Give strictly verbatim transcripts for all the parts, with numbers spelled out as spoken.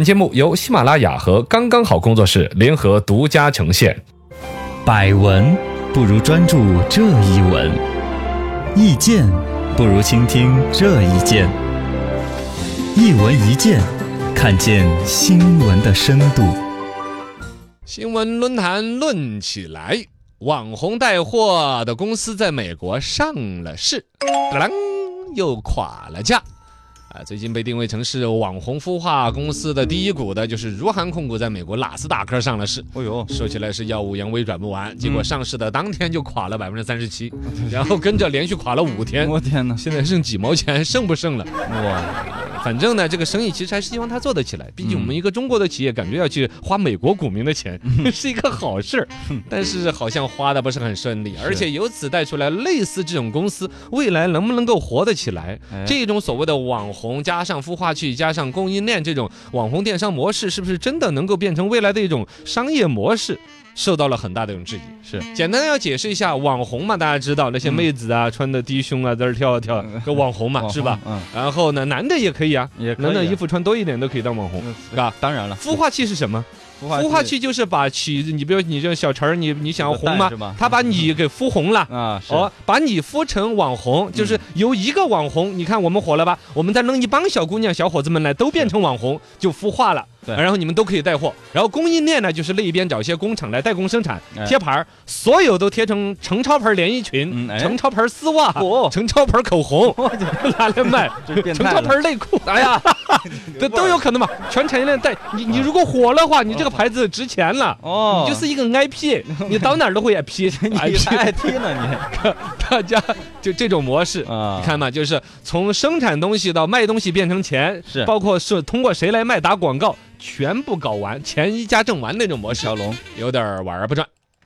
节目由喜马拉雅和刚刚好工作室联合独家呈现。 百闻不如专注这一闻，意见不如倾听这一见。一闻一见，看见新闻的深度。 新闻论坛论起来，网红带货的公司在美国上了市，当又垮了价。啊，最近被定位成是网红孵化公司的第一股的，就是如涵控股在美国纳斯达克上了市。 哦呦， 说起来是耀武扬威转不完，结果上市的当天就垮了百分之三十七，然后跟着连续垮了五天。 我天哪， 现在剩几毛钱，剩不剩了？ 哇， 反正呢，这个生意其实还是希望他做得起来。毕竟我们一个中国的企业，感觉要去花美国股民的钱，是一个好事，但是好像花的不是很顺利，而且由此带出来类似这种公司未来能不能够活得起来？这种所谓的网红。红加上孵化器加上供应链这种网红电商模式，是不是真的能够变成未来的一种商业模式？受到了很大的一种质疑。 是简单要解释一下，网红嘛，大家知道那些妹子啊，嗯、穿的低胸啊，在这跳跳，个网红嘛，是吧？嗯。然后呢，男的也可以啊， 也可以、啊， 男的衣服穿多一点都可以当网红，是吧？ 当然了。 孵化器是什么？孵化器就是把起，你比如你这小陈儿，你你想要红吗？他把你给孵红了啊，哦，把你孵成网红，就是由一个网红，你看我们火了吧？我们再弄一帮小姑娘、小伙子们来，都变成网红，就孵化了。对，然后你们都可以带货，然后供应链呢，就是那一边找一些工厂来代工生产，贴牌，所有都贴成程超牌连衣裙、程超牌丝袜、程超牌口红，拿来卖，程超牌内裤，哎呀，这都有可能嘛，全产业链带。你你如果火的话，你这个牌子值钱了，哦，你就是一个 I P， 你到哪儿都会 I P， 你 I P 呢你， 大家就这种模式啊，你看嘛，就是从生产东西到卖东西变成钱，是包括是通过谁来卖打广告。全部搞完，钱一家挣完那种模式，小龙有点玩而不转。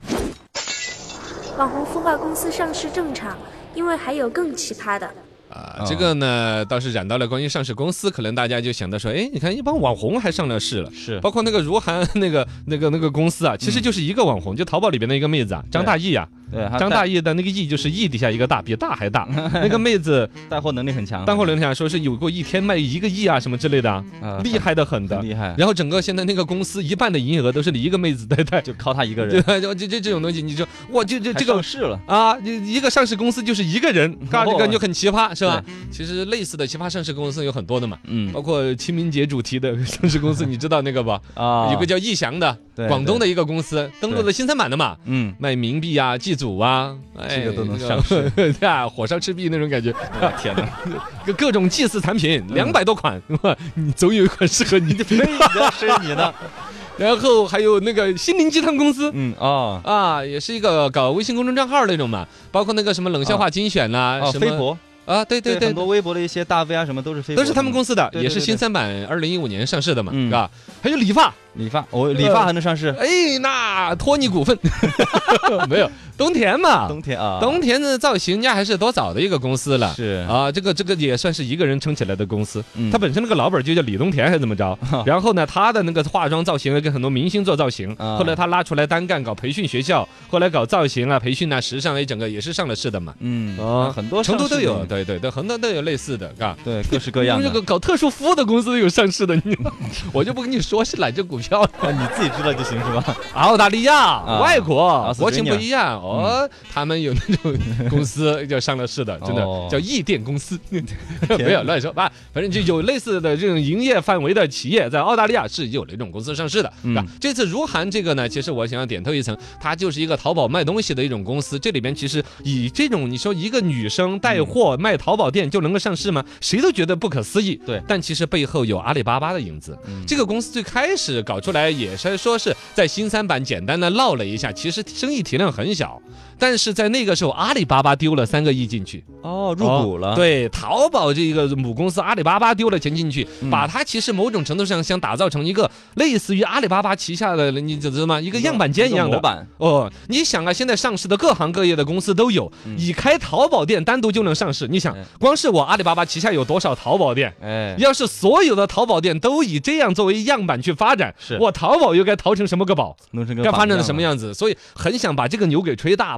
网红孵化公司上市正常，因为还有更奇葩的。 啊，这个呢倒是染到了关于上市公司，可能大家就想到说，哎，你看一帮网红还上了市了，是包括那个如涵那个那个那个公司啊，其实就是一个网红，就淘宝里边的一个妹子啊，张大奕啊。对，张大奕的那个奕就是奕底下一个大，比大还大。那个妹子带货能力很强， 带货能力强，说是有过一天卖一个亿啊什么之类的，啊，厉害的很的， 厉害。 然后整个现在那个公司一半的营业额都是你一个妹子在带， 就靠她一个人。 对，就这这这种东西，你说哇，就这这个上市了啊，一个上市公司就是一个人，嘎，这感觉很奇葩，是吧？其实类似的奇葩上市公司有很多的嘛，嗯，包括清明节主题的上市公司，你知道那个吧？啊，有个叫义祥的，广东的一个公司登陆了新三板的嘛，嗯，卖冥币啊、祭祖啊。 这个都能上市啊！火烧赤壁那种感觉， 天哪！ 各种祭祀产品两百多款，你总有一款适合你的， 非是你的。 然后还有那个心灵鸡汤公司， 嗯啊啊，也是一个搞微信公众账号那种嘛，包括那个什么冷笑话精选啦，什么飞博。 啊，对对对， 很多微博的一些大 V 啊，什么都是飞， 都是他们公司的，也是新三板二零一五年上市的嘛，是吧？还有理发， 理发，哦，理发还能上市？ 哎，那托尼股份没有，东田嘛， 东田啊， 东田的造型人家还是多早的一个公司了， 是啊，这个这个也算是一个人撑起来的公司，他本身那个老板就叫李东田还是怎么着？然后呢，他的那个化妆造型跟很多明星做造型，后来他拉出来单干搞培训学校，后来搞造型啊、培训啊、时尚，一整个也是上了市的嘛， 嗯啊，很多成都都有。对对对，很多都有类似的，嘎， 对，各式各样的。 这个搞特殊服务的公司都有上市的，你我就不跟你说是哪只股票了， 你自己知道就行是吧？ 澳大利亚、外国国情不一样哦，他们有那种公司叫上了市的，真的叫易电公司，没有乱说吧，反正就有类似的这种营业范围的企业在澳大利亚是有那种公司上市的。这次如涵这个呢，其实我想要点透一层，它就是一个淘宝卖东西的一种公司，这里边其实以这种你说一个女生带货。卖淘宝店就能够上市吗？谁都觉得不可思议。对，但其实背后有阿里巴巴的影子。嗯、这个公司最开始搞出来也是说是在新三板简单的闹了一下，其实生意体量很小。但是在那个时候，阿里巴巴丢了三个亿进去， 哦，入股了。 哦、对，淘宝这个母公司阿里巴巴丢了钱进去，嗯、把它其实某种程度上想打造成一个类似于阿里巴巴旗下的，你知道吗？一个样板间一样的模板。 哦，你想啊，现在上市的各行各业的公司都有，嗯、以开淘宝店单独就能上市。你想，哎、光是我阿里巴巴旗下有多少淘宝店？哎，要是所有的淘宝店都以这样作为样板去发展，是我淘宝又该淘成什么个宝？该发展成什么样子？所以很想把这个牛给吹大，把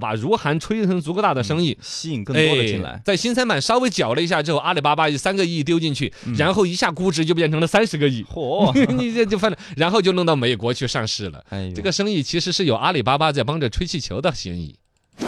把如涵吹成足够大的生意， 吸引更多的进来。 哎、在新三板稍微搅了一下之后，阿里巴巴三个亿丢进去，嗯、然后一下估值就变成了三十个亿， 嚯！ 你这就反正，然后就弄到美国去上市了。哎，这个生意其实是有阿里巴巴在帮着吹气球的嫌疑。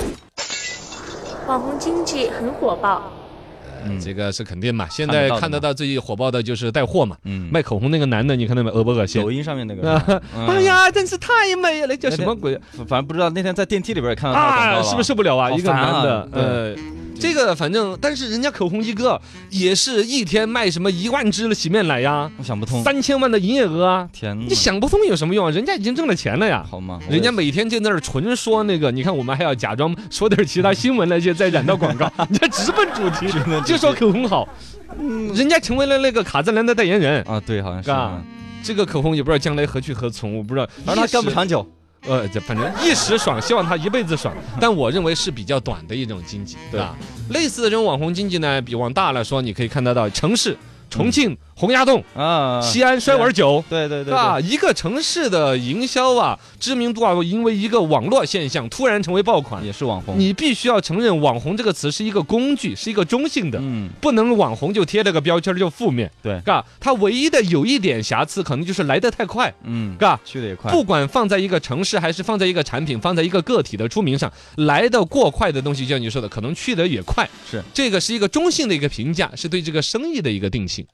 网红经济很火爆。 嗯，这个是肯定嘛。现在看得到最火爆的就是带货嘛，嗯，卖口红那个男的，你看到没？恶不恶心？ 抖音上面那个， 哎呀，真是太美了，叫什么鬼？ 反正不知道。那天在电梯里边也看到他广告了， 是不是受不了啊？一个男的，呃。这个反正，但是人家口红一个也是一天卖什么一万支的洗面奶呀， 我想不通， 三千万的营业额啊！ 天， 你想不通有什么用啊？人家已经挣了钱了呀， 好吗？ 人家每天就在那儿纯说那个，你看我们还要假装说点其他新闻那些，再染到广告，你这直奔主题，就说口红好，嗯，人家成为了那个卡姿兰的代言人啊，对，好像是啊， 这个口红也不知道将来何去何从，我不知道， 反正它干不长久。 呃，这反正一时爽，希望他一辈子爽。但我认为是比较短的一种经济，对吧？类似的这种网红经济呢，比往大了说，你可以看得到城市，重庆。嗯洪崖洞啊，西安摔碗酒， 对对对啊，一个城市的营销啊，知名度啊，因为一个网络现象突然成为爆款， 也是网红。 你必须要承认，网红这个词是一个工具，是一个中性的，嗯，不能网红就贴了个标签就负面， 对， 嘎，它唯一的有一点瑕疵，可能就是来得太快， 嗯， 嘎， 去得也快。 不管放在一个城市，还是放在一个产品，放在一个个体的出名上，来得过快的东西，就像你说的，可能去得也快， 是这个是一个中性的一个评价，是对这个生意的一个定性。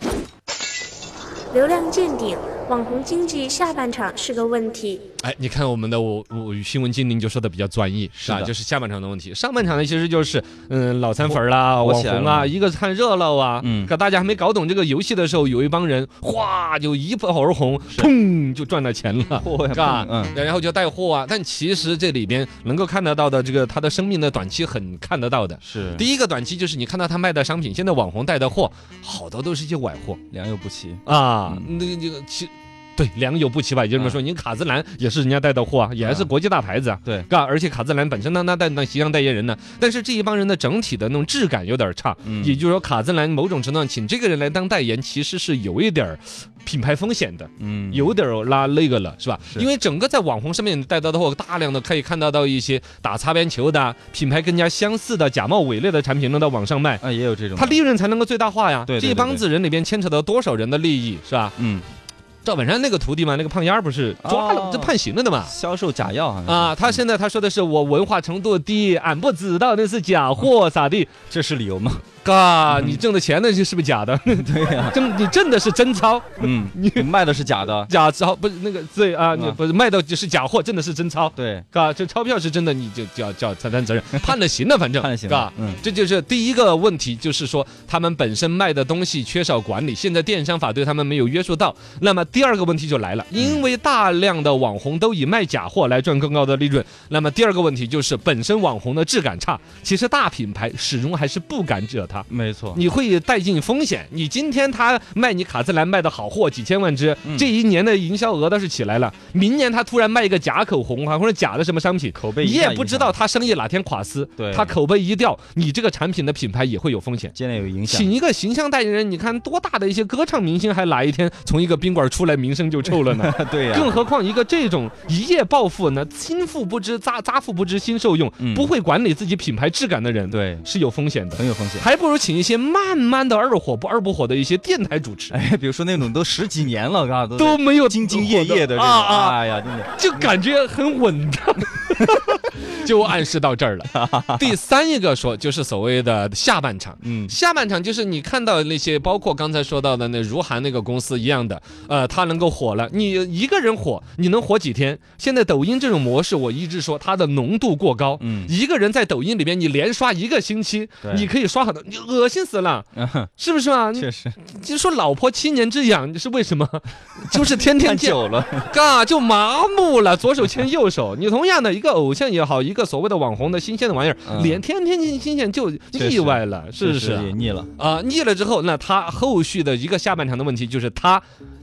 流量见顶，网红经济下半场是个问题。 哎，你看我们的我我新闻精灵就说的比较专业，是啊，就是下半场的问题。上半场呢，其实就是嗯脑残粉啦、网红啊，一个看热闹啊，嗯，可大家还没搞懂这个游戏的时候，有一帮人哗就一炮而红，砰就赚了钱了，是吧？嗯，然后就带货啊。但其实这里边能够看得到的这个它的生命的短期很看得到的， 是第一个短期就是你看到他卖的商品，现在网红带的货好多都是一些歪货， 良莠不齐啊。啊，那个这个其对良莠不齐吧，也就是说，您卡姿兰也是人家带的货啊，也还是国际大牌子啊， 对， 嘎，而且卡姿兰本身呢，那带那形象代言人呢，但是这一帮人的整体的那种质感有点差，嗯，也就是说，卡姿兰某种程度上请这个人来当代言，其实是有一点品牌风险的，嗯，有点拉那个了，是吧？是因为整个在网红上面带到的货，大量的可以看到到一些打擦边球的品牌更加相似的假冒伪劣的产品弄到网上卖， 啊，也有这种， 它利润才能够最大化呀。 对， 这帮子人里边牵扯到多少人的利益，是吧？嗯。赵本山那个徒弟嘛，那个胖丫儿不是抓了，这、哦、判刑了的嘛？ 销售假药啊！他现在他说的是我文化程度低，俺不知道那是假货，咋地？ 这是理由吗？ 嘎，你挣的钱那是不是假的？ 对呀， 挣你挣的是真钞， 嗯，你卖的是假的， 假钞不是那个对啊，你不是卖的就是假货，挣的是真钞， 对， 嘎，这钞票是真的，你就叫叫承担责任，判了刑了，反正判了刑， 嘎，嗯，这就是第一个问题，就是说他们本身卖的东西缺少管理，现在电商法对他们没有约束到。那么第二个问题就来了，因为大量的网红都以卖假货来赚更高的利润，那么第二个问题就是本身网红的质感差，其实大品牌始终还是不敢惹他， 没错， 你会带进风险。你今天他卖你卡姿兰卖的好货几千万只，嗯、这一年的营销额倒是起来了，明年他突然卖一个假口红啊，或者假的什么商品， 口碑你也不知道他生意哪天垮死， 对， 他口碑一掉，你这个产品的品牌也会有风险， 将来有影响。 请一个形象代言人，你看多大的一些歌唱明星，还哪一天从一个宾馆出来名声就臭了呢？ 对呀、啊， 更何况一个这种一夜暴富呢，心腹不知渣渣腹不知心受用、嗯，不会管理自己品牌质感的人， 对， 是有风险的， 很有风险。 还不如请一些慢慢的二火不二不火的一些电台主持， 哎，比如说那种都十几年了，嘎都都没有兢兢业业的这种，啊啊、哎呀，真的就感觉很稳当。就暗示到这儿了。第三一个说就是所谓的下半场，嗯，下半场就是你看到那些包括刚才说到的那如涵那个公司一样的，呃，它能够火了，你一个人火，你能火几天？现在抖音这种模式，我一直说它的浓度过高，嗯，一个人在抖音里边你连刷一个星期，你可以刷很多，你恶心死了，是不是啊？ 确实， 就说老婆七年之痒是为什么？就是天天见久了， 嘎就麻木了，左手牵右手。你同样的一个偶像也好，一个所谓的网红的新鲜的玩意儿，嗯、连天天新鲜就腻歪了，是不是？ 也腻了啊、呃，腻了之后，那他后续的一个下半场的问题就是他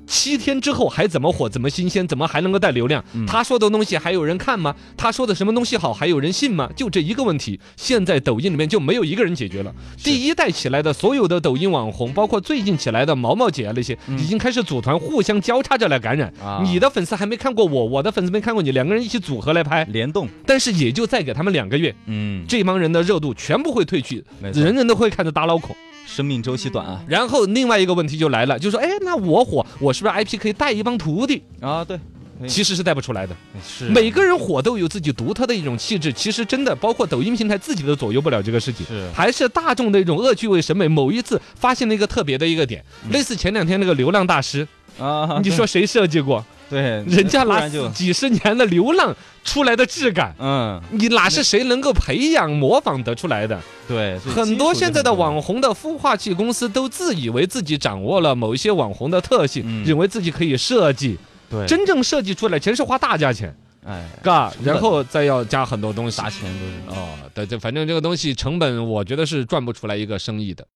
七天之后还怎么火，怎么新鲜，怎么还能够带流量？ 嗯、 他说的东西还有人看吗？他说的什么东西好，还有人信吗？就这一个问题，现在抖音里面就没有一个人解决了。第一代起来的所有的抖音网红，包括最近起来的毛毛姐啊那些，嗯、已经开始组团，互相交叉着来感染。啊、你的粉丝还没看过我，我的粉丝没看过你，两个人一起组合来拍联动， 但是也就再给他们两个月，嗯，这帮人的热度全部会退去，人人都会看着打脑壳。 生命周期短啊， 然后另外一个问题就来了，就说，哎，那我火，我是不是 I P 可以带一帮徒弟啊？对， 其实是带不出来的。 是每个人火都有自己独特的一种气质，其实真的包括抖音平台自己都左右不了这个事情， 是还是大众的一种恶趣味审美。某一次发现了一个特别的一个点，嗯、类似前两天那个流浪大师啊，你说谁设计过？ 对， 人家拿几十年的流浪出来的质感， 嗯， 你哪是谁能够培养模仿得出来的？ 对， 很多现在的网红的孵化器公司都自以为自己掌握了某一些网红的特性，嗯、认为自己可以设计， 对， 真正设计出来全是花大价钱。 哎， 嘎，然后再要加很多东西， 砸钱都是哦，对，这反正这个东西成本，我觉得是赚不出来一个生意的。